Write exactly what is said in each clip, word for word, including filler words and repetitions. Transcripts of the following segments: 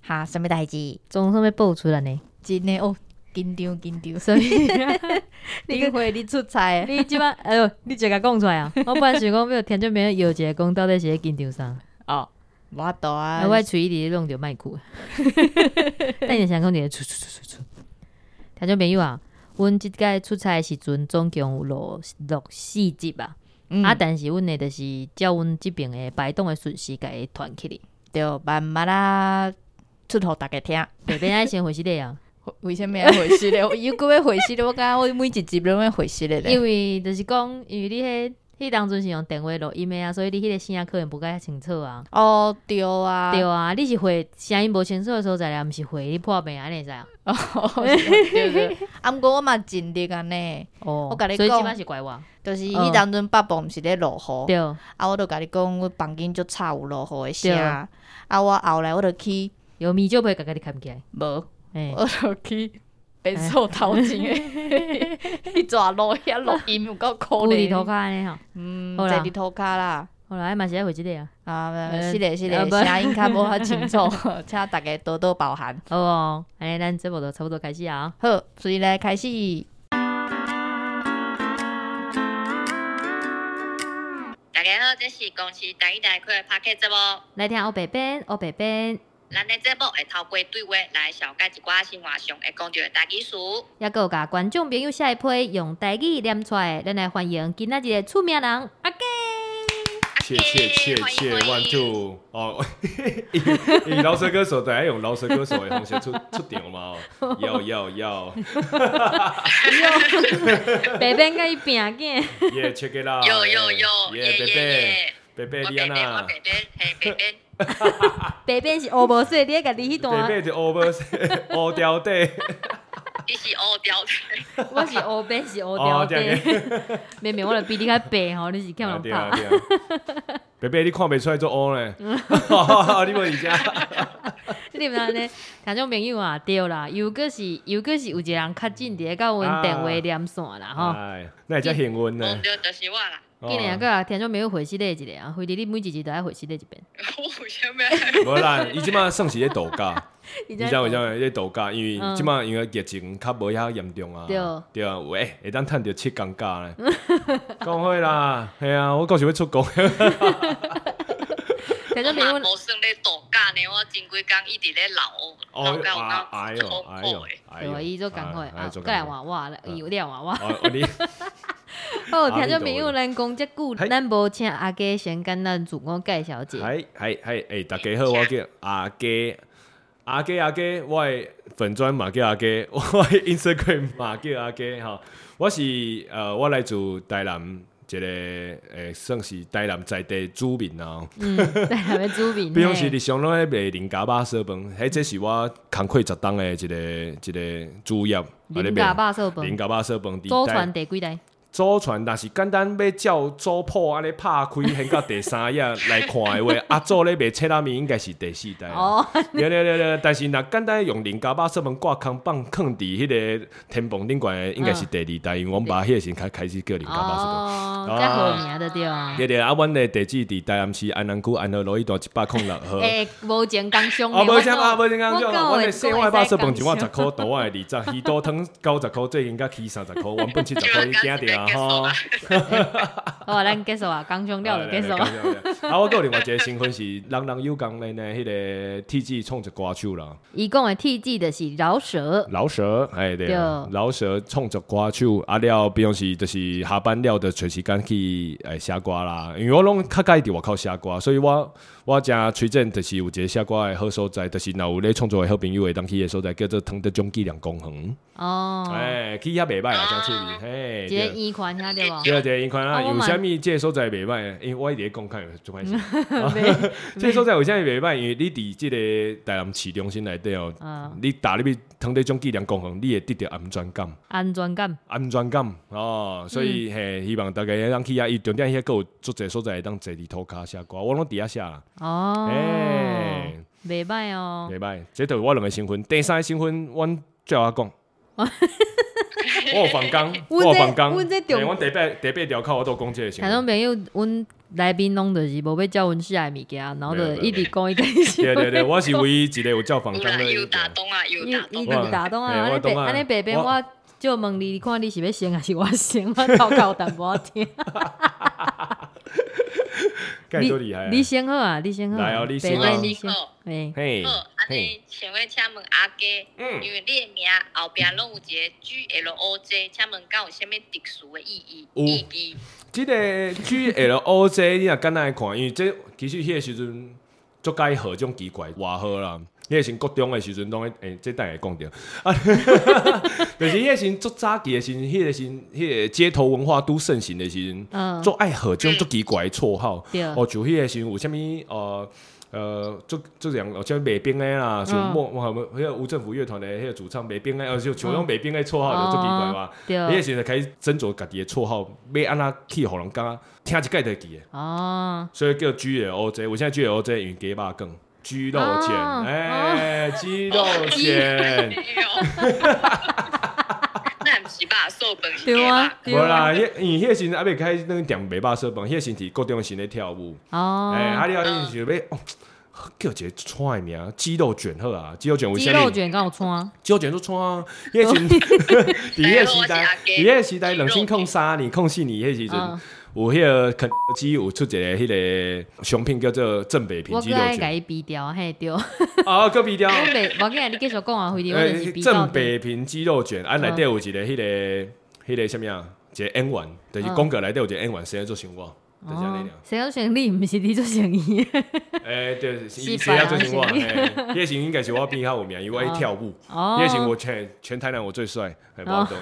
哈，什么代志？ 总算要报出来呢？ 真的哦，紧张紧张。 所以你去会你出差的， 你即摆哎呦，你直甲讲出来啊！我本来想讲要听众朋友摇一下，讲到底是咧紧张啥？ 哦，无法度啊！ 我喙一直弄着麦克，但你想讲你出出出出出。听众朋友啊，阮即届出差的时阵，总共有录录四集啊。嗯、啊，但是阮的就是照阮即边的排动的顺序，甲伊传起哩， 就慢慢啊出互大家听。 北边爱先回息的啊。 为什么要回息咧？伊又要回息咧？我感觉我每一集都要回息咧。 因为就是讲，因为你迄迄当阵是用电话录音的啊，所以你迄个声音可能无介清楚啊。 哦，对啊， 对啊，你是回声音无清楚的所在，毋是回你破病安尼知啊？ 哦，对对。啊，毋过我嘛尽力安尼。 哦， 我甲你讲， 所以即摆是怪我。 就是迄当阵北部毋是咧落雨， 对。 啊，我就甲你讲，我房间足吵有落雨的声。啊，我后来我就去， 有咪就袂甲你牵起来。 无，我就去。别墅头前诶，迄抓路遐录音有够可怜。 有伫涂骹安尼吼， 嗯，坐伫涂骹啦。 好啦，嘛是爱回即个啊。 啊，是咧是咧，声音较无遐清楚，请大家多多包涵。 好哦，安尼咱节目就差不多开始啊。 好，所以来开始。大家好，这是公司第一台开的 Podcast 节目。 来听黑白边，黑白边。 咱的节目会透过对话来小解一寡生活上会讲到的台语词， 也有甲观众朋友写批用台语念出来，咱来欢迎今仔日的出名人阿基。 切切切切 ，one two 哦，以饶舌歌手，大家用饶舌歌手的方式出出场嘛？哦，要要要， 白边甲伊拼囝， 耶，check it out， 有有有， 耶，贝贝，贝贝你安那？ 贝贝，嘿，贝贝。 白边是乌无水，你甲你迄段。 白边是乌无水，乌条底。 你是乌条底。 我是乌边是乌条底。明明我著比你较白吼，你是欠人拍。 白白你看袂出来做乌呢？你无理解。 你毋知呢？听众朋友啊，对啦，又个是又个是有一个人较近伫甲阮电话连线啦吼。 哎，那会遮幸运呢？ 对，就是我啦。 今年个听众朋友回息咧一个啊，回弟你每一集都爱回息咧一遍。 我为什么？ 无啦，伊即摆算是咧度假。你知为啥咧度假？因为即摆因为疫情较无遐严重啊。 对。 对啊，有诶，会当趁着七天假咧。讲伙啦，系啊，我到时要出国。 听众朋友， 无算咧度假呢，我前几工一直咧流，流到有够哎呦哎呦哎呦，伊做工课啊，过来换我，伊有了换我。 哦，你。 好，听众朋友，咱讲遮久，咱无请阿基先跟咱自我介绍者。 系系系，诶，大家好，我叫阿基，阿基阿基，我的粉专嘛叫阿基，我的 Instagram 嘛叫阿基吼。我是呃，我来自台南一个诶，算是台南在地居民啊。 嗯，台南的居民。 比方是日常拢咧卖林家肉烧饭，迄这是我工课十档的一个一个主业。 林家肉烧饭。 林家肉烧饭。 祖传第几代？ 祖传，但是简单要照祖谱安尼拍开，掀到第三页来看的话，阿祖咧卖切拉面应该是第四代。哦，对对对对，但是若简单用林家肉烧饭挂空放放伫迄个天棚顶悬的，应该是第二代，因为阮爸迄个时开开始叫林家肉烧饭。 哦，这好名的对啊。 对对，啊，阮的地址伫台南市安南区安和路一段一百零六号。 诶，无前工商。 哦，无前啊，无前工商啊，阮的小碗肉烧饭一碗十箍，大碗的二十，鱼肚汤九十箍，最近甲起三十箍，原本七十箍，你惊着啊吼。 好，咱结束啊，工商了就结束啊。 啊，我有另外一个身份是人人有工的呢，迄个 T G 创作歌手啦。 伊讲的 T G 就是饶舌。 饶舌，哎对，饶舌创作歌手啊了，比方是就是下班了就找时间去诶写歌啦。因为我拢较介意伫外口写歌，所以我我真推荐就是有一个写歌的好所在，就是若有咧创作的好朋友会当去的所在，叫做汤德中纪念公园。哦。哎，去遐袂歹啊，真趣味。嘿。 一个圆环遐对无？ 对啊，一个圆环啊，有啥物这个所在袂歹？因为我一直讲看做歹势。这个所在有啥物袂歹？因为你伫即个台南市中心内底哦，你踏入去汤德中纪念公园，你会得到安全感。 安全感。 安全感哦，所以嘿，希望大家会当去遐，伊重点遐佫有足侪所在会当坐伫涂骹写歌，我拢伫遐写啦。哦。哎， 袂歹哦。 袂歹，这就是我两个身份。第三个身份，阮照我讲。我有房工，我有房工。阮第八第八条口我都讲这个。听众朋友，阮来宾拢就是无要叫阮写的物件，然后就一直讲一件事。 对对对，我是唯一一个有照访纲的。 有打动啊，有打动。 有打动啊！安尼白安尼白边，我就问你，你看你是要先还是我先？我头壳淡薄仔听。 你多厉害！ 你先好啊，你先好。 来哦，你先好。你先好。 嘿。 好，安尼想要请问阿家，因为你的名后边拢有一个 G L O J， 请问敢有啥物特殊的意义？意义？ 这个 G L O J 你若简单来看，因为这其实迄个时阵足介号种奇怪外号啦。迄个时国中的时阵，拢诶，这等下会讲着。啊，就是迄个时足早期的时阵，迄个时迄个街头文化都盛行的时阵，足爱号种足奇怪的绰号。哦，就迄个时阵有啥物呃呃，足足样有啥卖冰的啦，像莫莫迄个无政府乐团的迄个主唱卖冰的，呃，就像种卖冰的绰号就足奇怪嘛。迄个时阵开始斟酌家己的绰号，要安怎去互人感听一届就记的。哦，所以叫 G L O J。为啥 G L O J？因为鸡肉羹。鸡肉卷，哎，鸡肉卷， 那不是肉寿饭是对啊， 无啦，因为迄个时阵还未开那个店卖肉寿饭，迄个时阵国中时咧跳舞，哦，哎，啊，你后你想要哦，叫一个串的名，鸡肉卷好啊，鸡肉卷为啥？ 鸡肉卷敢有串？ 鸡肉卷都串啊，迄个时阵，伫迄个时代，伫迄个时代，两千零三年、零四年迄时阵。有迄个肯德基有出一个迄个商品叫做正北平鸡肉卷， 我甲伊逼掉，嘿对。 哦，个逼掉。 我今日你继续讲啊，回头我就是逼掉。 正北平鸡肉卷，啊内底有一个迄个迄个什么啊，一个演员，就是广告内底有一个演员，谁来做生活？就是安尼俩。 谁要选你？毋是你做生意。 诶，对，谁要做生活？迄个时应该是我比较有名，因为我会跳舞。哦。迄个时我全全台南我最帅，很不懂。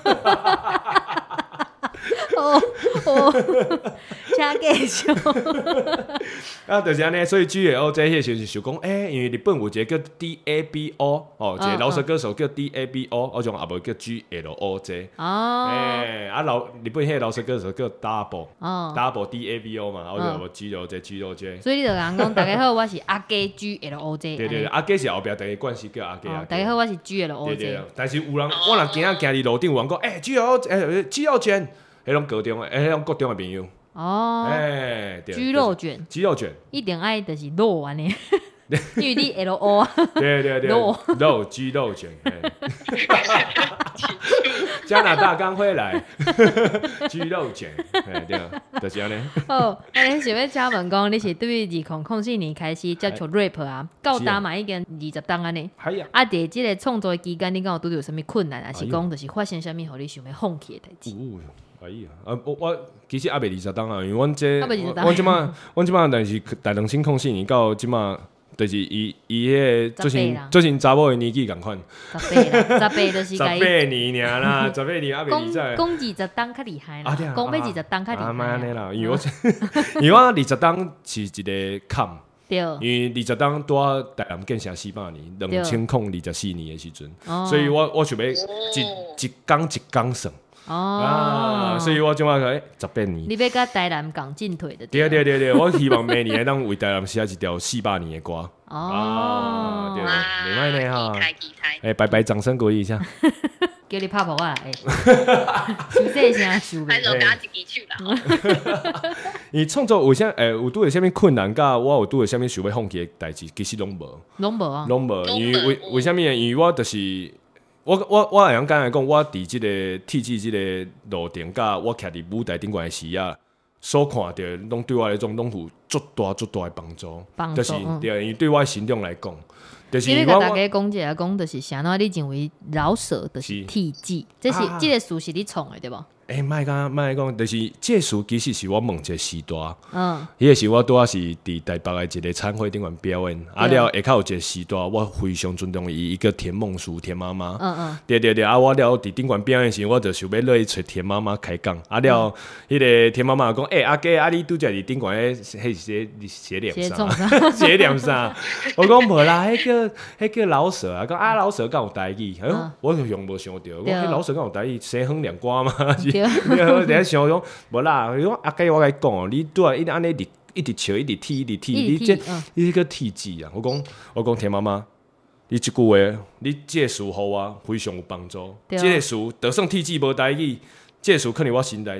哦哦，请继续。 啊，就是安尼，所以 G L O J 迄个时阵想讲，诶、欸，因为日本有一个叫 D A B O 哦，一个饶舌歌手叫 D A B O， 我种也无叫 G L O J。哦。诶、欸，啊老日本迄个饶舌歌手叫 Double， 哦 ，Double D A B O 嘛，我就无 G L O J G L O J。 所以你就讲讲，大家好，我是阿家 G L O J。 对对对，阿家是后壁第一关系叫阿家。 大家好，我是 G L O J。 对对，但是有人我若今仔行伫路顶，有人讲，诶 ，G L O J， 诶 ，G L O J。迄种高中的，诶，迄种国中的朋友。哦。诶， 鸡肉卷。 鸡肉卷。 一定爱就是肉安尼，因为你 L O 啊。 对对对。肉肉鸡肉卷。加拿大刚回来。鸡肉卷。诶，对，就是安尼。 哦，安尼想要请问讲，你是对于二零零四年开始接触 rap 啊，到达嘛已经二十档安尼。 系啊。 啊，伫即个创作期间，你敢有拄着有啥物困难，还是讲就是发生啥物，互你想要放弃的代志？ 哎呀，啊，我我其实还未二十档啊，因为阮这我即马我即马但是大两千零四年到即马，就是伊伊迄个最近最近查某的年纪共款。 十八啦，十八就是十八年尔啦，十八年还未二十。 讲二十档较厉害啦，讲要二十档较厉害。 啊，莫安尼啦，因为我因为我二十档是一个坎。对，因为二十档拄啊台南建成四百年，两千零二十四年的时阵，所以我我想要一一工一工算。哦、啊，所以我即马个十八年， 你要甲台南共进退的。 对对对对，我希望明年当为台南写一条四百年的歌。哦，啊、对，袂歹呢哈。哎、欸，白白掌声鼓励一下。 叫你拍谱啊！哎、欸，收这声收袂。 还是加一支手啦。 你创作有啥？诶、欸，有拄着啥物困难？甲我有拄着啥物想要放弃的代志？其实拢无。 拢无啊。 拢无，因为为为啥物？因为我就是。我我我会晓讲来讲，我伫即个 T G 即个路程，甲我徛伫舞台顶悬的时啊，所看到拢对我来讲，拢有足大足大的帮助。 帮助， 就是对，因为对我心中来讲，就是因为甲大家讲一下，讲就是啥呢？你认为饶舌就是 T G， 这是这个词是你创的对无？诶、 欸，莫讲莫讲，就是这词其实是我问一个时代，嗯，迄个是我拄仔是伫台北的一个餐会顶悬表演，啊了下骹有一个时代，我非常尊重伊，一个田梦淑田妈妈，嗯嗯，对对对，啊我了伫顶悬表演时，我就想要落去找田妈妈开讲，啊了，迄、嗯、个田妈妈讲，诶、欸、阿家啊你拄则伫顶悬迄迄写写念啥？写念啥？我讲无啦，迄叫迄叫老舍啊，讲啊老舍敢有台语，哎呦，嗯、我就用无想到，我迄老舍敢有台语，西哼两瓜嘛。我在想讲，无啦，我阿家我甲你讲哦，你拄啊一直安尼一一直笑，一直踢，一直踢，你这你个踢字啊！我讲我讲田妈妈，你即句话，你这词互我非常有帮助。这个词就算踢字无台语，这个词可能我心内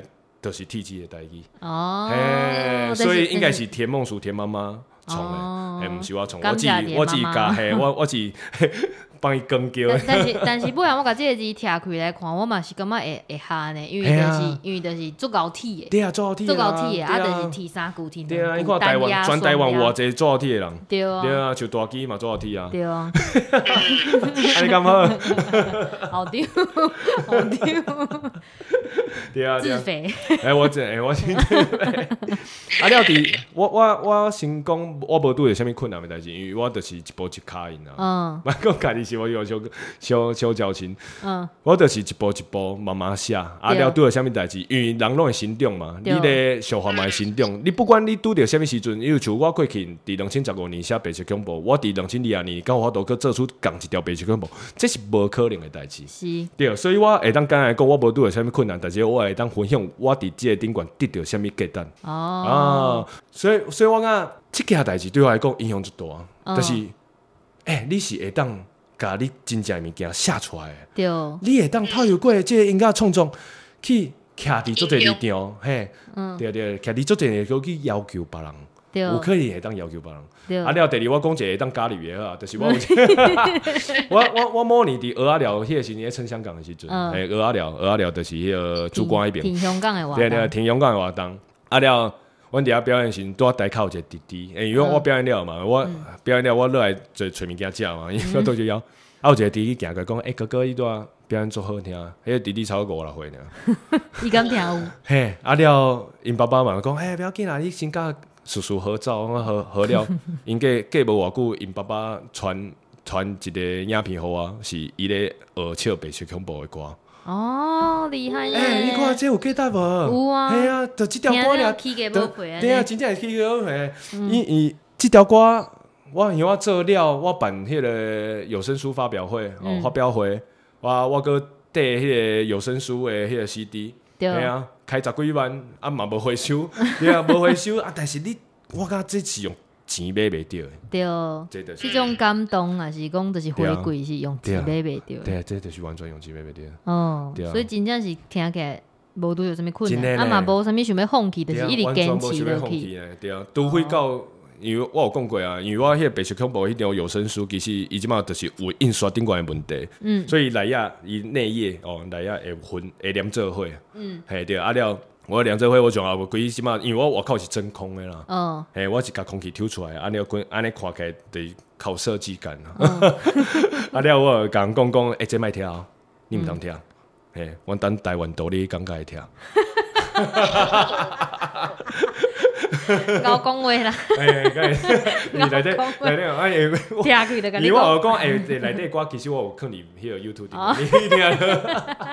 就是体质的代志。 哦， 嘿，所以应该是田梦淑田妈妈创的，嘿，毋是我创，我只我只甲嘿，我我只帮伊更叫。 但是但是，不然我甲这个字拆开来看，我嘛是感觉会会下呢，因为就是因为就是足高体的。 对啊，足高体足高体的，啊，就是体三骨体。 对啊，你看台湾全台湾有偌济足高体的人。 对啊。 对啊，像大基嘛足高体啊。 对啊。 啊，你敢好？ 好丢，好丢。 对啊， 自肥。 哎，我这哎，我先。啊，了伫我我我先讲，我无拄着啥物困难的代志，因为我就是一步一卡因啊。嗯。莫讲家己是我有小小小矫情。嗯。我就是一步一步慢慢写，啊了拄着啥物代志，因为人拢会成长嘛，你咧小话嘛会成长。你不管你拄着啥物时阵，因为像我过去伫两千十五年写白色恐怖，我伫两千二十年敢有法度去做出共一条白色恐怖，这是无可能的代志。 是。 对，所以我会当刚才讲，我无拄着啥物困难，但是我会当分享我伫即个顶悬得到啥物结单。哦。啊，所以所以我讲即件代志对我来讲影响最大，哦、就是，诶、欸，你是会当甲你真正物件写出来的， 对， 你会当透过即个音乐创作去徛伫足侪立场，嘿，嗯、对对，徛伫足侪个去要求别人，对，有可能会当要求别人。对啊，了，第二我讲一个会当加入的啊，就是我有我我我某年伫蚵仔寮迄个时阵，撑香港的时阵，诶、嗯，蚵仔寮蚵仔寮就是迄个主管迄边， 挺香港的活动， 对对，挺香港的活动，啊了。阮伫遐表演时，拄仔台口有一个弟弟，欸、因为我表演了嘛，我、嗯、表演了，我落来做找物件食嘛，因为我倒就枵。啊，有一个弟弟行过讲，诶、欸，哥哥，你拄仔表演足好听，迄个弟弟超过五六岁尔。 伊敢听有？ 嘿，啊了，因爸爸嘛讲，诶、欸，不要紧啦，你先甲叔叔合照，我合合了。因过过无偌久，因爸爸传传一个影片互我，是伊咧学唱白色恐怖的歌。 哦，厉害耶！ 哎、欸，你看这有记得无？ 有啊。 系啊，就这条歌了。 起价无赔啊！ 对啊，真正是起价无赔。伊伊这条歌，我因为我做了，我办迄个有声书发表会，哦，发表会，我我搁缀迄个有声书的迄个 C D， 对啊，开十几万，啊嘛无回收，对啊，无回收啊，但是你，我感觉这是用钱买袂到的。 对，这种感动啊，是讲就是回馈是用钱买袂到。 对啊，这就是完全用钱买袂到。 哦，所以真正是听起来无拄有啥物困难，啊嘛无啥物想要放弃，就是一直坚持落去。 对啊，除非到，因为我有讲过啊，因为我迄个白色恐怖迄条有声书，其实伊即马就是有印刷顶悬的问题，嗯，所以内页伊内页哦，内页会分会连做伙，嗯，嘿对啊了。我连做伙我上也无规即马，因为我外口是真空的啦。哦。嘿，我是甲空气抽出来，安尼滚，安尼看起来就是靠设计感啦。哦、啊了，我有甲人讲讲，诶，这莫听，你毋通听。嗯、嘿，我等台湾独立感觉会听。 搞讲话啦。 哎，你内底内底哎， 听开的， 因为我有讲诶，内底歌其实我有放入迄个 YouTube 顶，你听。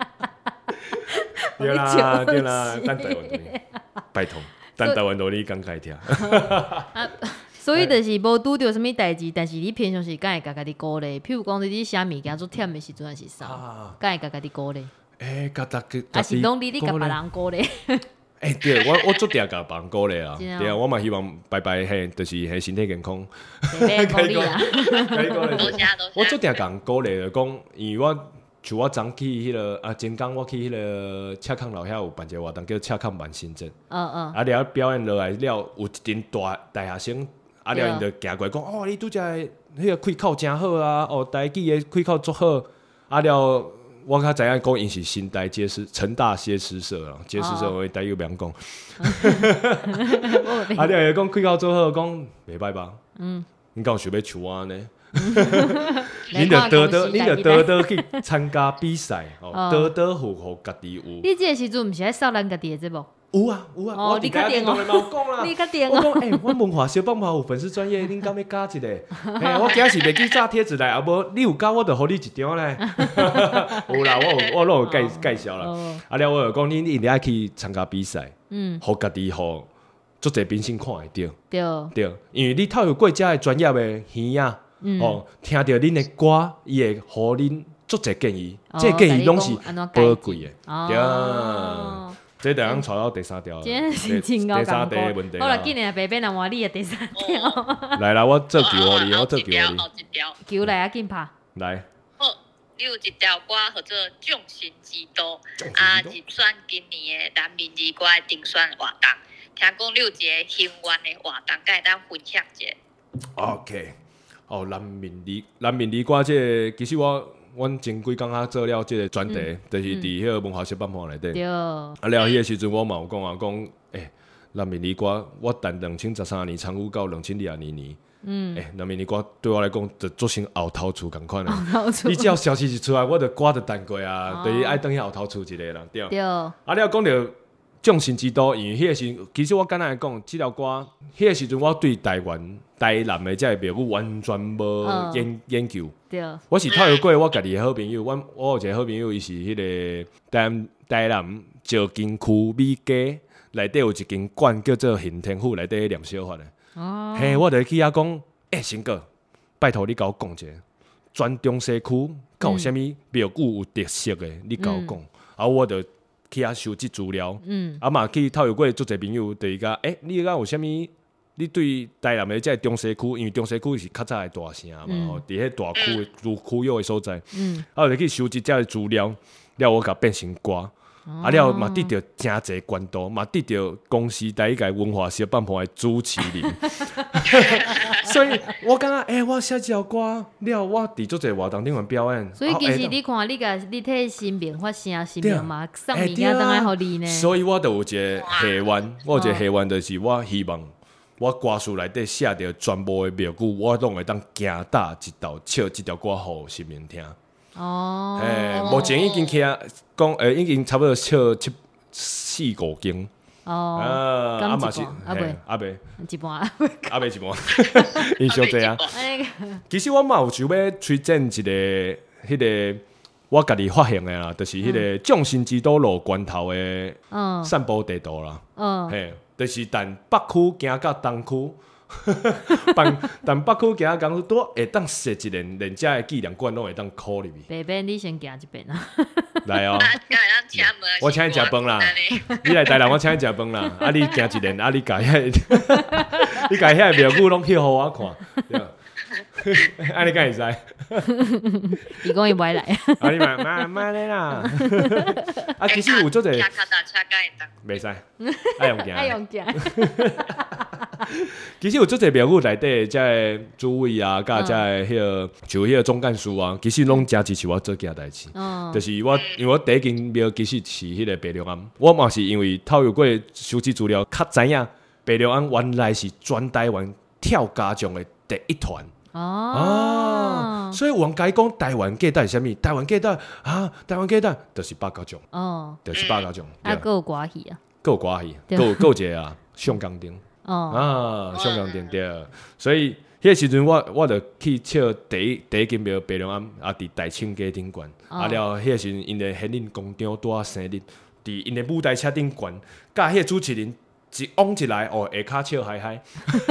对啦，对啦，等台湾独立，拜托，等台湾独立刚开听。 啊，所以就是无拄着什么代志，但是你平常时敢会家家己鼓励，譬如讲你写物件做忝的时阵，还是啥，敢会家家己鼓励。 诶，家家己， 还是拢你你甲别人鼓励。 诶，对我我做定甲别人鼓励啊，对啊，我嘛希望拜拜嘿，就是嘿身体健康。 鼓励啊！ 我做定甲人鼓励就讲，因为我。像我昨去迄、那个啊，前工我去迄个赤坎楼遐有办一个活动，叫赤坎万新镇。嗯嗯。啊了表演落来了，有一群大大学生，啊了因就行过来讲，哦，你拄只迄个开口真好啊，哦，台语的开口足好。啊了，我较知影讲因是新台街师成大街师社啦，街师社我台语袂晓讲。啊了伊讲开口足好，讲袂歹吧？嗯。你敢有想要像我安尼？你就多多，你就多多去参加比赛，哦，多多互互家己有。 你这个时阵毋是爱扫咱家己的节目？ 有啊有啊，哦、我伫家己同你嘛有讲啦。 你确定哦？ 我讲诶，欸、我文化小帮派有粉丝专业，恁敢要加一个？嘿、欸，我今仔是袂记炸贴纸来，啊无你有加我就互你一张咧。有啦，我有我拢有介介绍啦。哦、啊了，我有讲恁一定爱去参加比赛，嗯，互家己互足侪明星看会到。对对，因为你透过过遮的专业的耳仔。嗯、哦，听到恁的歌，伊会互恁足侪建议，哦、这建议拢是宝贵的，哦、对啊。这就通带到第三条， 真是真够第三题的问题。 好啦，今年白白人换你的第三条。 来啦，我做球互你，我做球互你。 球来啊，紧拍。 来。 好， 你有一条歌叫做《众神之都》，啊，入选今年的南闽儿歌的定选活动。听讲你有一个兴元的活动，敢会当分享一下 ？OK， 哦，南闽儿南闽儿歌这其实我。阮前几工仔做了即个专题，嗯、就是伫迄个文化小办法内底。啊，了迄个时阵，我嘛有讲啊，讲诶，南闽儿歌，我等两千十三年参与到两千二二年。嗯。诶，南闽儿歌对我来讲，就做成后头厝共款啦。你只要消息一出来，我就歌就等过啊，就是爱等去后头厝一个啦，对。对。啊，你要讲到众神之都，因为迄个时，其实我简单来讲，即条歌，迄个时阵我对台湾、台南的这个庙宇完全无研、嗯、研究。对，我是透过我家己的好朋友，我我有一个好朋友，伊是迄个台台南石金区美街内底有一间馆叫做行天府，内底念小法的。哦。嘿，我就去遐讲，诶，新哥，拜托你甲我讲一下，全中西区敢有啥物庙宇有特色的，你甲我讲，嗯、啊，我就去遐收集资料。嗯。啊嘛，去透过足侪朋友，就是讲，诶，你敢有啥物？你对台南的这中西区，因为中西区是较早的大城嘛，吼、嗯，伫迄大区的区区域的所在，嗯，啊，就去收集这资料，了我甲变成歌，哦、啊了嘛得到真侪关注，嘛得到公司第一届文化小办法的主持人，所以我感觉，诶、欸，我写这条歌了，我伫足侪活动顶面表演。 所以其实你看，你甲你替新民发声，新民嘛送物件当来互你呢。 所以我就有一个下愿，我有一个下愿，就是我希望。我歌词内底写着全部的庙宇，我拢会当行打一道唱一条歌互市民听。哦，诶，目前已经起啊，讲诶，已经差不多唱七四五间。哦，啊，啊嘛是，啊袂，啊袂， 一半，啊袂一半，伊伤济啊。其实我嘛有想要推荐一个，迄个我家己发现的啦，就是迄个众神之都路关头的散步地图啦。嗯，嘿。就是从北区行到东区，从北区行到东区，都会当设一连连遮的纪念馆，拢会当考入去。 白边你先行一遍啊！ 来哦，我请你食饭啦！你来台南，我请你食饭啦！啊，你行一连，啊，你家遐，你家遐庙宇拢去互我看。安尼敢会使？ 伊讲伊袂来。 啊，你买买买咧啦！啊，其实有做者，袂使，爱用行， 爱用行。 其实有做者庙宇内底，即个主委啊，甲即个迄个就迄个总干事啊，其实拢真支持我做件代志。嗯，就是我，因为我第一间庙其实是迄个白龙庵，我嘛是因为透过收集资料，较知影白龙庵原来是全台湾跳家将的第一团。哦，啊、所以有人甲伊讲台湾价值是啥物？台湾价值啊，台湾价值就是八角种，哦，就是八角种。 啊，还有歌戏啊， 还有歌戏，还有还有一个啊，上钢钉，哦，啊，上钢钉对。所以迄个时阵，我我就去唱第一第一间庙白龙庵，啊，伫大庆街顶悬，啊了，迄个时阵因的显灵工厂拄啊生日，伫因的舞台车顶悬，甲迄个主持人。一往一来哦，下骹笑嗨嗨，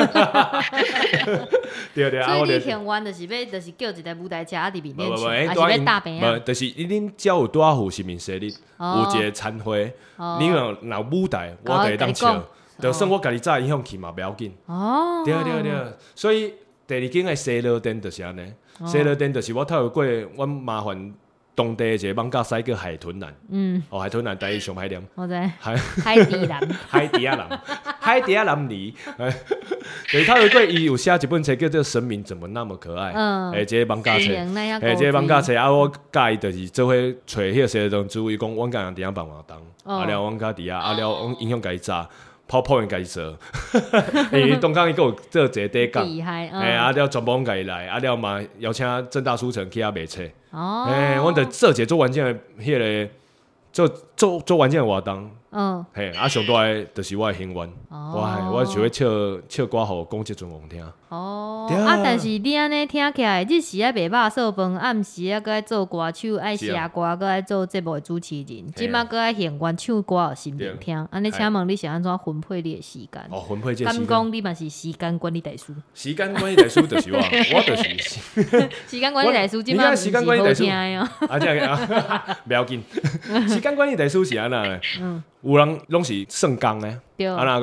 对对啊！ 所以你现愿就是要，就是叫一台舞台车伫面面唱，还是要大饼啊？ 无，就是恁只要有拄啊有市民生日，有一个餐会，你若若舞台，我就会当笑。就算我家己早影响去嘛，不要紧。哦，对对对，所以第二间的西乐店就是安尼，西乐店就是我透过阮麻烦。当地一个网咖驶叫海豚男，嗯，哦，海豚男第一上海念， 我知，海海底男， 海底啊男，海底啊男儿，对，他有过伊有写一本册叫做《神明怎么那么可爱》，嗯，诶，这个网咖册，诶，这个网咖册啊，我介意就是做伙找迄个西东主委讲，阮家人伫遐办活动，啊了，阮家伫遐，啊了，阮影响家己炸。泡泡人家己做，因为东港伊个有做一个底讲，哎，啊了全部拢家己来，啊了嘛邀请郑大书城去遐卖册，哎，阮着做一个做完整的迄个做做做完整的活动，嗯，嘿，啊上大个就是我的兴愿，我我想要唱唱歌互讲即阵王听。哦， 啊，但是你安尼听起来，日时啊卖肉做饭，暗时啊搁爱做歌手，爱写歌，搁爱做节目的主持人，即摆搁爱现愿唱歌，互新民听。安尼，请问你是安怎分配你的时间？ 哦，分配这时间。 敢讲你嘛是时间管理大师？ 时间管理大师就是我，我就是。 时间管理大师，即摆时间管理大师哦。 啊，这样啊，不要紧。时间管理大师是安那的？嗯，有人拢是算工的，安那讲。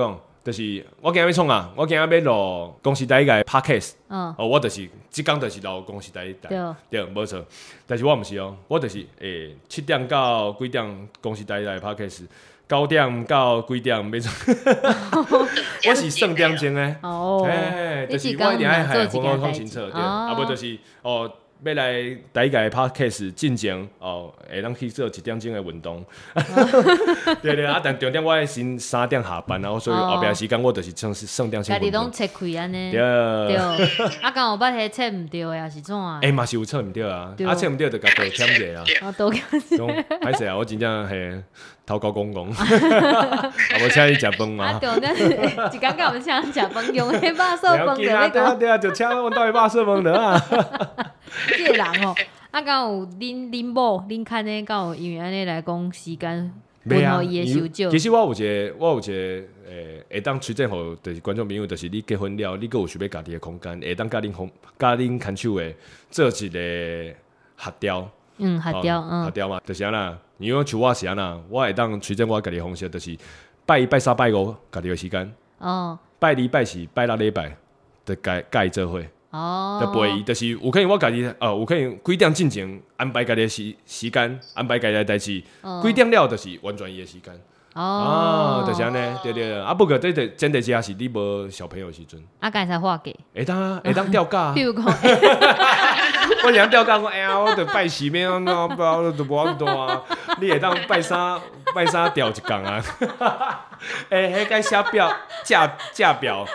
就是我今日要创啊，我今日要录公司台一个 podcast， 嗯， 哦，我就是即工就是录公司台一台， 对， 对，无错。但是我毋是哦，我就是诶七点到几点公司台一台 podcast， 九點到幾點要做，我是算點鐘的， 哦， 誒，就是我一定愛係分工講清楚，對，啊無就是哦。要來第一個 podcast 進前哦，會當去做一點鐘的運動，對對啊，但重點我係先三點下班，然後所以後邊時間我就是算算點先運動。家己攏切開安尼， 對對，啊，敢有捌迄切毋對的，是怎啊？ 誒嘛是有切毋對啊，啊切毋對就甲倒添者啊， 啊倒添者， 歹勢啊，我真正係頭高講講，啊無請伊食飯嘛。 啊重點是一間敢有請食飯用迄肉色飯就要對啊對啊，就請阮兜的肉色飯了啊。 即個人吼，啊，敢有恁恁某恁看呢？敢有因為安尼來講時間分互伊的收少？ 其實我有一個，我有一個誒，會當推薦互就是觀眾朋友，就是你結婚了，你閣有想要家己的空間，會當甲恁空甲恁牽手的做一個合調。 嗯，合調，嗯， 合調嘛，就是安那。因為像我是安那，我會當推薦我家己的方式，就是拜一、拜三、拜五家己的時間。哦。拜二、拜四、拜六禮拜，就甲甲伊做伙。哦，就陪伊，就是有可能我家己，呃，有可能幾點進前安排家己的時時間，安排家己的代誌，幾點了就是完全伊的時間。哦，就是安尼，對對。啊，不過這個前提之下是你無小朋友的時陣。 啊，剛才畫嘅。會當會當釣假。 比如講， 我想釣假，講哎呀，我著拜四面安怎，不我著無咁多啊。你會當拜三拜三釣一工啊。誒，迄個寫表價價表。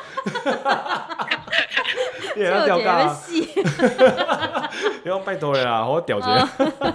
你會當釣假啊？你講拜託你啦，我釣一下。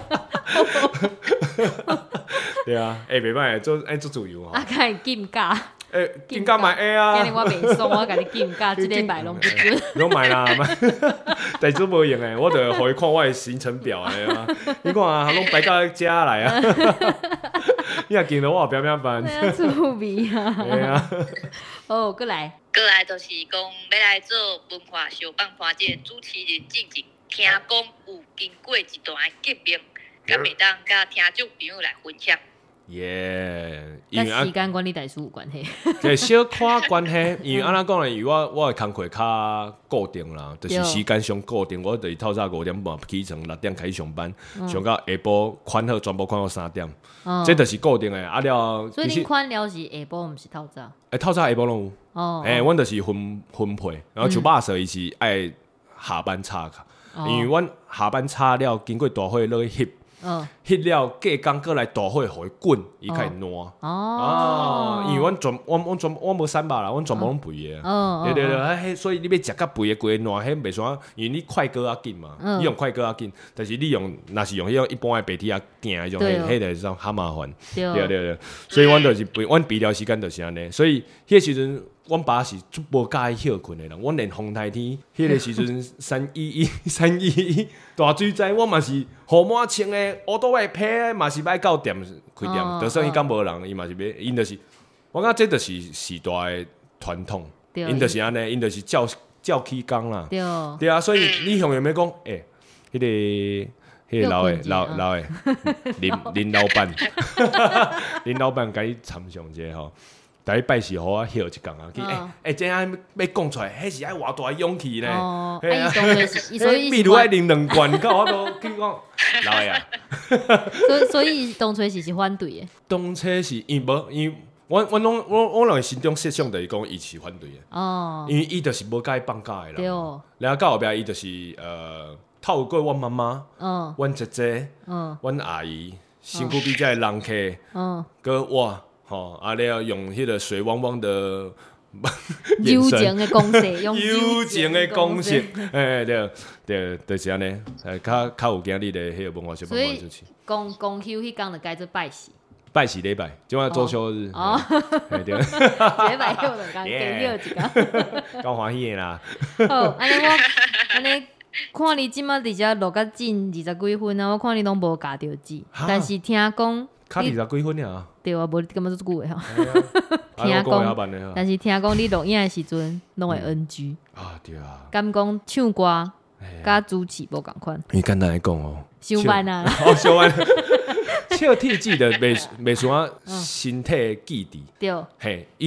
對啊，誒袂歹，做誒做自由吼。 啊，敢會減價？ 誒，減價嘛會啊。 今日我袂爽，我甲你減價，即禮拜攏不準。 攏買啦，但係做無用誒，我著互伊看我誒行程表誒啊。你看啊，攏擺到遮來啊。你若見到我後壁咩辦？ 趣味啊。 係啊。 哦，過來。 過來就是講要來做文化小辦花節主持人進前，聽講有經過一段革命，敢會當甲聽眾朋友來分享。 耶， 因為時間管理大師有關係， 即小可關係，因為安怎講咧？因為我我嘅工課較固定啦，就是時間上固定，我就是透早五點半起床，六點開始上班，上到下晡款好全部款到三點，這就是固定嘅。啊了， 所以你款了是下晡，毋是透早。 誒，透早下晡攏有。 哦。 誒，阮就是分分配，然後像肉色伊是愛下班炒卡，因為阮下班炒了，經過大火落去翕。翕了，隔工過來大火，互伊滾，伊開始爛。哦，因為阮全，阮阮全，阮無三百啦，阮全部攏肥誒。哦，對對對，迄所以你要食較肥誒規個爛，迄袂啥，因為你快割較緊嘛，你用快割較緊，但是你用，若是用迄種一般誒白鐵啊鏡迄種，迄迄個種較麻煩。對對對，所以阮就是肥，阮肥料時間就是安尼，所以迄時陣。阮爸是足無介意休困誒人，阮連風台天迄個時陣三一一三一一大水災，我嘛是號碼清誒，烏多誒批嘛是歹到店開店，就算伊敢無人，伊嘛是要，因就是我感覺這就是時代誒傳統，因就是安尼，因就是照照起工啦，對啊，所以你向人要講，誒，迄個迄個老誒老老誒林林老闆，林老闆甲伊參詳者吼。第一拜是好啊，歇一工啊，去誒誒，這樣要講出來，迄是愛偌大勇氣呢？哦，啊，伊當初，所以，比如愛啉兩罐，到我都去講老誒啊。 所以，所以當初是是反對誒。 當初是因無因，我我攏我我倆心中設想就是講伊是反對誒。哦。因為伊就是無介意放假誒人。對哦。然後到後壁伊就是呃透過阮媽媽，嗯，阮姐姐，嗯，阮阿姨，身軀比較人客，嗯，個我。吼，啊！你要用迄個水汪汪的友情的公式，用友情的公式，誒對對，就是安尼，誒較較有經歷的迄個文化小辦法主持。 公公休迄工就改做拜四， 拜四禮拜，即擺周休日。哦，對， 禮拜六就講第六一工， 夠歡喜的啦。 好，安尼我安尼看你即馬佇遮錄甲近二十幾分啊，我看你攏無加着字，但是聽講。 卡二十幾分呀？ 對啊，無你感覺做久誒吼。聽講，但是聽講你錄影誒時陣，攏會 N G。啊，對啊。敢講唱歌，甲主持無共款。 你簡單來講哦。 上班啊。 哦，上班。笑鐵記的袂袂啥身體記憶。 對。 嘿，伊是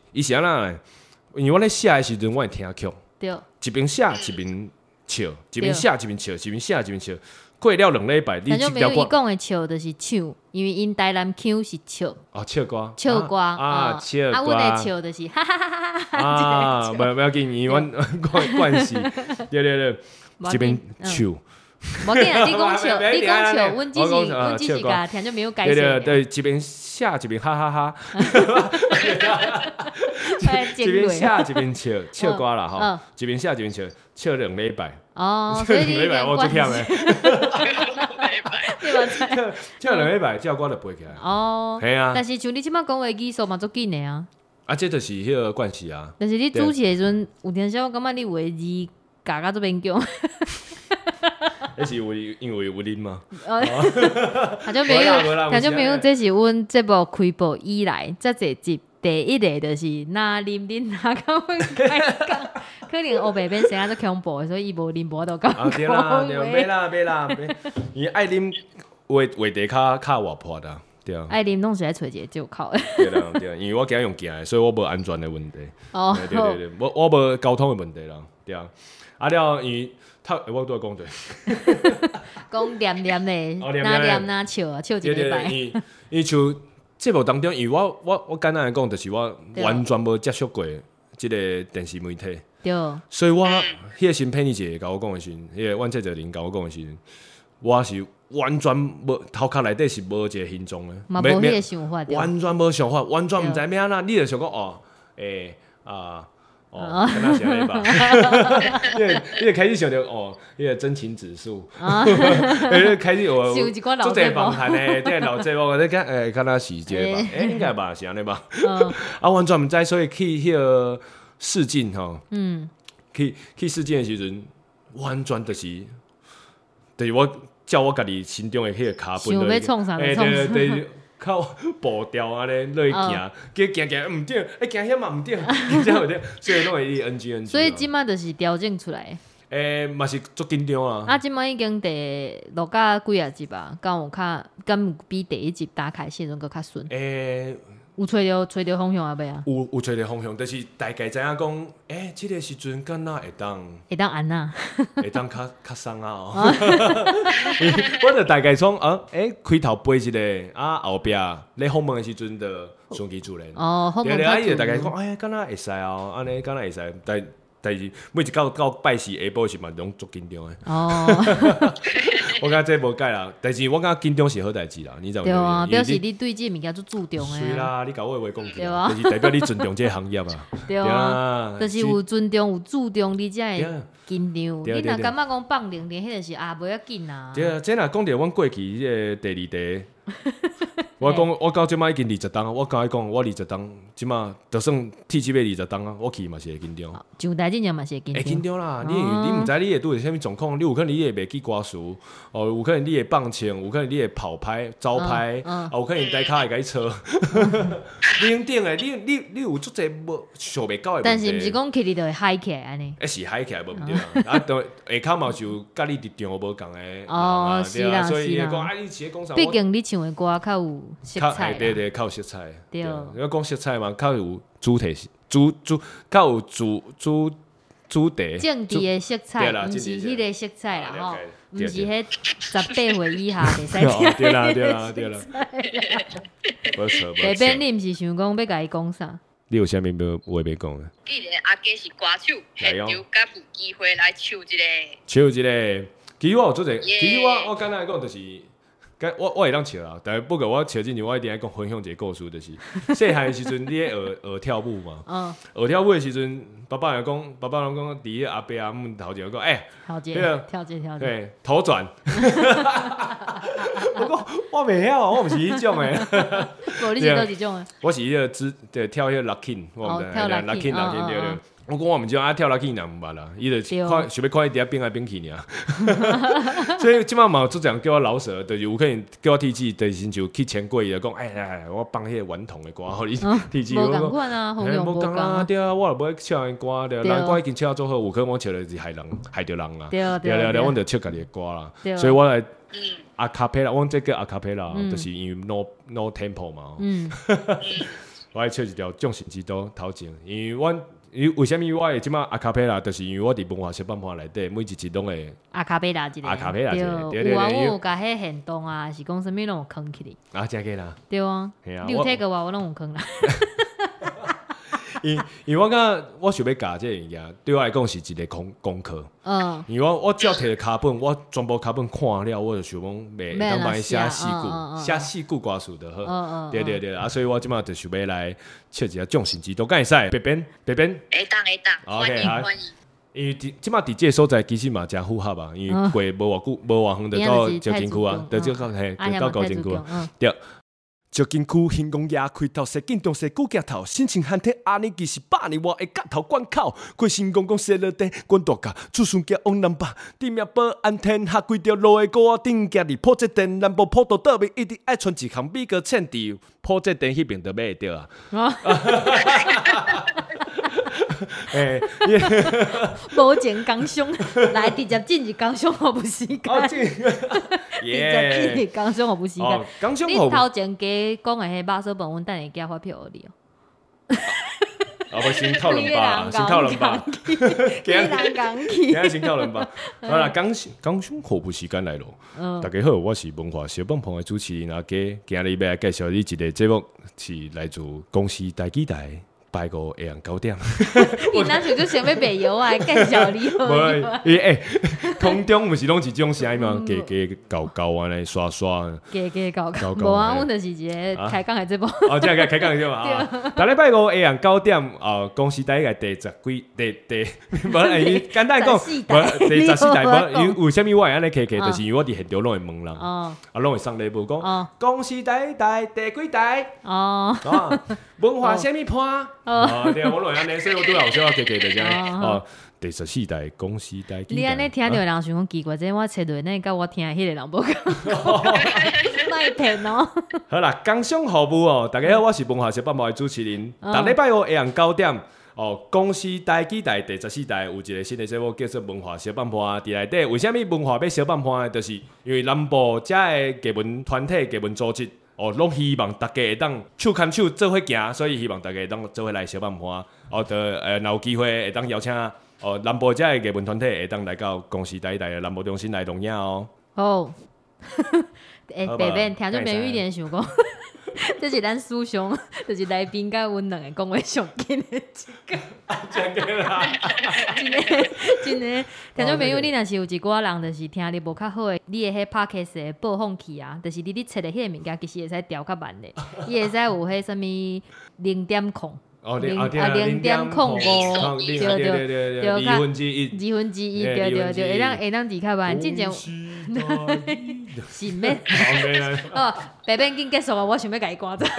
伊是安那，因为我咧写的时阵，我会听曲， 对， 一边写一边笑，一边写一边笑，一边写一边笑。过了两礼拜，你这条歌，伊讲的笑就是唱，因为因台南腔是笑， 哦，笑歌， 笑歌啊，笑歌， 啊，阮的笑就是哈哈哈哈哈啊，不不要紧，因为关关系，对对对，这边笑。 无紧啊，你讲笑，你讲笑，阮只是阮只是甲听就没有改写。 对对对，一边笑一边哈哈哈，一边笑一边笑，笑歌啦吼，一边笑一边笑，笑两礼拜。 哦，所以你两礼拜我最忝诶。 对吧？ 笑两礼拜，笑歌就背起来。 哦， 系啊。 但是像你即摆讲话语速嘛，足紧诶啊。 啊，这就是迄个关系啊。 但是你主持诶时阵，有阵时我感觉你话字教甲足勉强。 那是有因为有啉嘛？ 他就没有，他就没有。这是阮节目开播以来，这一集第一个就是哪啉啉哪讲阮开讲，可能后白变生啊足恐怖，所以伊无啉无都讲。 啊对啦，对，袂啦袂啦，伊爱啉话话题较较活泼的，对啊。 爱啉拢是爱找一个借口。 对啦对啦，因为我今日用行的，所以我无安全的问题。 哦， 对对对，我我无交通的问题啦，对啊。啊了，因为他我都在讲对。 讲念念嘞，哪念哪笑啊，笑一礼拜。 伊伊像节目当中，因为我我我简单来讲，就是我完全无接触过即个电视媒体。 对。 所以我迄个新片你姐甲我讲的时，迄个阮这个人甲我讲的时，我是完全无头壳内底是无一个形状的， 嘛无迄个想法， 完全无想法，完全毋知咩啊！你就想讲哦，诶啊。哦，跟他想一把，因为因为开始想着哦，那个真情指数，因为开始我做这访谈呢，这老节目我在看，诶，看他细节吧，诶，应该吧，是安尼吧，啊，完全毋知，所以去迄个试镜吼，嗯，去去试镜的时阵，完全就是，就是我叫我家己心中的迄个卡本， 想要创啥就创啥。 靠步调安尼落去行，叫行行毋对，哎行遐嘛毋对，行遮毋对，所以拢会 N G N G。 所以即摆就是调整出来。 诶，嘛是足紧张啊！ 啊，即摆已经第录到几啊集啊？敢有较敢有比第一集打开时阵搁较顺？ 诶， 有找着找着方向啊未啊？ 有有找着方向，但是大概知影讲，诶，即个时阵敢若会当会当安呐？ 会当较较松啊哦！我就大概从啊，诶，开头背一个啊，后壁咧访问的时阵就顺其自然。 哦，访问较自然。大概讲，哎，敢若会使哦，安尼敢若会使，但。但是每一到到拜四下晡时嘛，拢足紧张的。哦，我感觉这无改啦，但是我感觉紧张是好代志啦，你知道吗？ 对啊，表示你对这物件足注重的。 是啦，你甲我话讲起，就是代表你尊重这个行业啊。 对啊，就是有尊重、有注重，你才会紧张。你若感觉讲放零零，迄个是啊，无要紧啊。 对啊，这若讲到阮过去迄个第二题。我讲，我到即摆已经二十档啊！我刚才讲，我二十档，即摆就算铁七要二十档啊，我去嘛是会紧张。 上台真正嘛是会紧张。 会紧张啦！你你毋知你会拄着啥物状况，你有可能你会袂记歌词，哦，有可能你会放枪，有可能你会跑拍、招拍，啊，有可能大卡会甲你错。你顶诶，你你你有足侪无想袂到诶。 但是毋是讲起你就会嗨起来安尼？ 诶，是嗨起来无毋对啊！啊，都下骹嘛是有甲你立场无共诶。 哦，是啦， 所以讲啊，你是讲啥？ 毕竟你唱诶歌较有。色彩对对，较有色彩。 对， 要讲色彩嘛，较有主题，主主较有主主主题。 政治的色彩，毋是迄个色彩啦吼，毋是迄十八岁以下袂使听。 对啦对啦对啦。无错无错。 下边你毋是想讲要甲伊讲啥？ 你有啥物要话要讲啊？ 既然阿家是歌手，现场敢有机会来唱一个？ 唱一个，其实我有做者，其实我我简单来讲就是。我我会当笑啦，但是不过我笑之前，我一定要讲分享一个故事，就是细汉的时阵，你咧学学跳舞嘛，嗯，学跳舞的时阵，爸爸又讲，爸爸拢讲，伫个阿伯阿姆头前讲，哎， 跳节跳节跳节， 对，头转，我讲我袂晓啊，我毋是迄种诶， 无你是倒一种诶？ 我是迄个只对跳迄个 locking， 我毋知跳 locking locking 对对。我讲我毋知影啊跳 lucky 人毋捌啦，伊就看想要看伊伫遐变来变去尔。所以即摆嘛有做讲叫我老舍，就是有可能叫我提起，就是就去签过伊，讲哎哎，我放迄个顽童的歌，互你提起。 无共款啊，弘扬无共啊。 对啊，我也无唱因歌，对，人歌已经唱做好，有可能我唱的是害人，害着人啦。对对对，阮就唱家己的歌啦。所以我来阿卡佩拉，阮这叫阿卡佩拉，就是因为 no no tempo 嘛。嗯。 我爱唱一条《众神之都》头前，因为阮因为为什么我会即马阿卡贝拉，就是因为我伫文化小办法内底每一集拢会阿卡贝拉一个， 阿卡贝拉一个，对对对。有啊， 对， 我有甲迄现动啊，是讲啥物拢有坑起哩。 啊，真个啦。 对啊，你有take我，我拢有坑啦。 因因为我感觉我想要教这个物件，对我来讲是一个功功课。嗯。因为我我只要摕着卡本，我全部卡本看了，我就想讲袂当帮伊写四句，写四句歌词就好。嗯嗯。对对对，啊，所以我即马就想要来唱一下《众神之都》，敢会使？北边北边。 会当会当，欢迎欢迎。 因为即马伫这个所在其实嘛真符合啊，因为过无偌久，无偌远就到石金区啊，就就到嘿，就到高金区啊，对。石金区兴光夜开头，西景中西古镜头，心情罕体阿尼其实百年外的角头关口，过新公公西落地，滚大架，子孙家往南北，地面保安天下规条路的高顶行哩，破这电南部坡道倒面一直爱传一项米个凊伫破这电迄边就买得啊。 诶，无前刚凶，来直接进入刚凶服务时间。直接进入刚凶服务时间。 刚凶你头前加讲的迄肉燥饭，阮等下寄发票互你哦。 啊，不先靠两百，先靠两百， 今日讲起， 今日先靠两百。好啦，刚刚凶服务时间来咯。大家好，我是文化小帮棚的主持人阿佳，今日要来介绍你一个节目，是来自公司台基台。拜五下午九点， 伊那时就想要卖药啊，介绍你好。 无，伊诶，空中毋是拢是种声嘛，加加搞搞安尼刷刷， 加加搞搞。无啊，阮就是一个开讲的节目。 哦，即个开讲的节目啊。逐礼拜五下午九点，哦，公司第一个第十几第第，无诶，简单讲，无第十四代，无因为什么我会安尼客客，就是因为我伫现场拢会问人，啊，拢会送礼物讲，公司第一代第几代？哦。文化什么判？哦，对啊，我落安尼，所以我拄老小客客的这样。哦，第十四代公司代。 你安尼听到人想讲奇怪，这我切落那甲我听迄个人无讲，卖骗哦。 好啦，工商服务哦，大家好，我是文化小帮忙的主持人。逐礼拜五下午九点，哦，公司台基台第十四代有一个新的节目叫做文化小帮忙。伫内底为什么文化要小帮忙呢？就是因为南部遮的艺文团体、艺文组织。哦，拢希望大家会当手牵手做伙行，所以希望大家会当做伙来小办法。哦，就呃，若有机会会当邀请哦南部遮的艺文团体会当来到公司台台的南部中心来录影哦。 哦，诶，白白听众朋友一点想讲，这是咱师兄，就是来宾甲阮两个讲话上紧的一个。 真个啦， 真的真的，听众朋友，你若是有一寡人，就是听你无较好的，你的迄 podcast 的播放器啊，就是你咧切的迄个物件，其实会使调较慢的，伊会使有迄什物零点空。 哦， 零啊零点空五， 对对对对对，二分之一， 二分之一，对对对，会当会当字较慢，之前是咩？哦，白变紧结束啊！我想要甲伊赶走。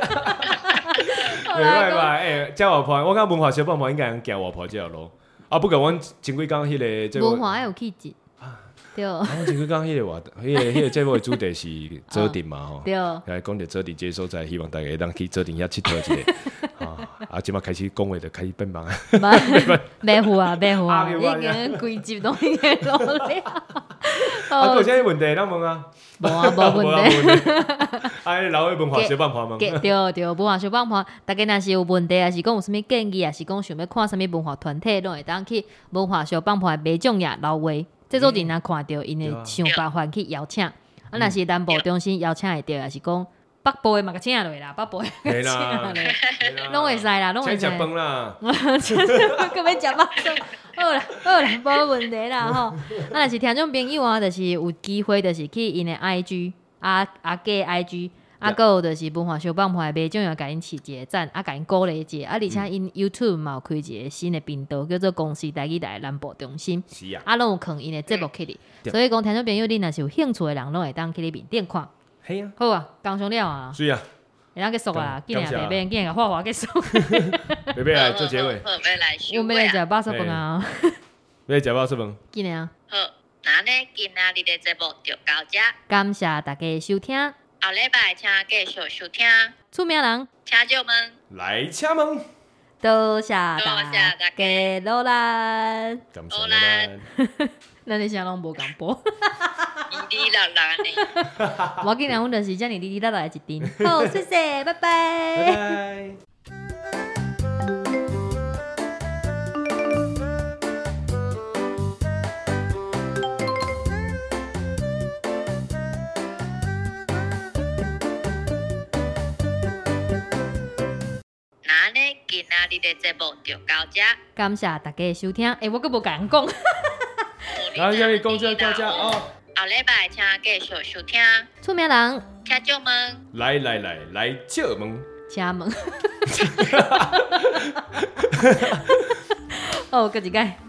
袂歹吧？诶，遮外坡，我感觉文化小帮忙应该能行外坡这条路。啊，不过阮前几工迄个文化要有气质。对， 啊，前几工迄个话，迄个迄个节目的主题是做阵嘛吼。 对， 来讲着做阵这所在，希望大家会当去做阵遐佚佗一下。啊，即马开始讲话就开始变忙啊！ 袂赴啊，袂赴啊，已经规集拢已经落了。 啊，有啥问题咱问啊？ 无啊，无问题。 啊，留喺文化小帮忙嘛。 对对，文化小帮忙，大家若是有问题，还是讲有啥物建议，还是讲想要看啥物文化团体，拢会当去文化小帮忙的卖种也老话，这做阵若看到，因会想办法去邀请。啊，若是南部中心邀请会到，还是讲。北部的嘛，个请落啦，北部的请落，拢会使啦，拢会使。 请食饭啦， 搁要食肉粽，好啦，好啦，无问题啦吼。啊，若是听众朋友啊，就是有机会，就是去因的 I G 啊啊个 I G， 啊，搁有就是文化小帮派卖种要甲因饲一个赞，啊，甲因鼓励一下，啊，而且因 YouTube 嘛有开一个新的频道，叫做公司台基台南部中心， 是啊， 啊，拢有放因的节目起哩，所以讲听众朋友，你若是有兴趣的人，拢会当去哩面顶看。 嘿啊， 好啊，讲上了啊， 是啊， 会当结束啊，今年白白今年画画结束， 白白来做结尾， 我们来食肉燥饭啊， 要食肉燥饭， 今年啊， 好，那呢今仔日的节目就到这， 感谢大家收听， 后礼拜请继续收听， 出名人， 请就们来请问， 多谢大家努力， 感谢努力。 咱的声拢无共播。 哩哩啦啦呢。 无紧啦，阮就是遮尔哩哩啦啦的一阵。好，谢谢，拜拜。 拜拜。 那呢，今仔日的节目就到这。 感谢大家的收听。诶、欸，我阁无甲人讲。 然后叫你讲这到这哦。 后礼拜请继续收听。 出名人， 请借问。 来来来来借问。 请问。哦，搁一摆。